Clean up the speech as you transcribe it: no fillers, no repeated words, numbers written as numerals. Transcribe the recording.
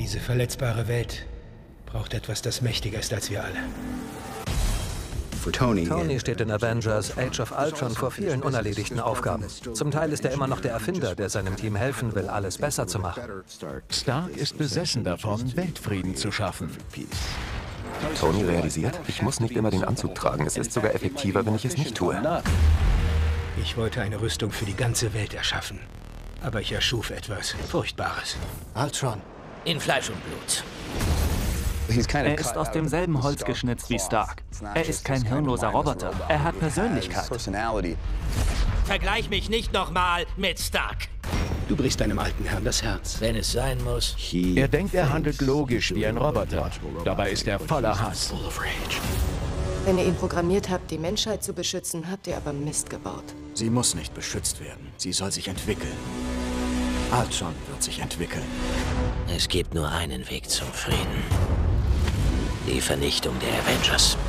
Diese verletzbare Welt braucht etwas, das mächtiger ist als wir alle. Tony steht in Avengers Age of Ultron vor vielen unerledigten Aufgaben. Zum Teil ist er immer noch der Erfinder, der seinem Team helfen will, alles besser zu machen. Stark ist besessen davon, Weltfrieden zu schaffen. Tony realisiert, ich muss nicht immer den Anzug tragen. Es ist sogar effektiver, wenn ich es nicht tue. Ich wollte eine Rüstung für die ganze Welt erschaffen. Aber ich erschuf etwas Furchtbares. Ultron. In Fleisch und Blut. Er ist aus demselben Holz geschnitzt wie Stark. Er ist kein hirnloser Roboter. Er hat Persönlichkeit. Vergleich mich nicht nochmal mit Stark. Du brichst deinem alten Herrn das Herz. Wenn es sein muss. Er denkt, er handelt logisch wie ein Roboter. Dabei ist er voller Hass. Wenn ihr ihn programmiert habt, die Menschheit zu beschützen, habt ihr aber Mist gebaut. Sie muss nicht beschützt werden. Sie soll sich entwickeln. Ultron wird sich entwickeln. Es gibt nur einen Weg zum Frieden. Die Vernichtung der Avengers.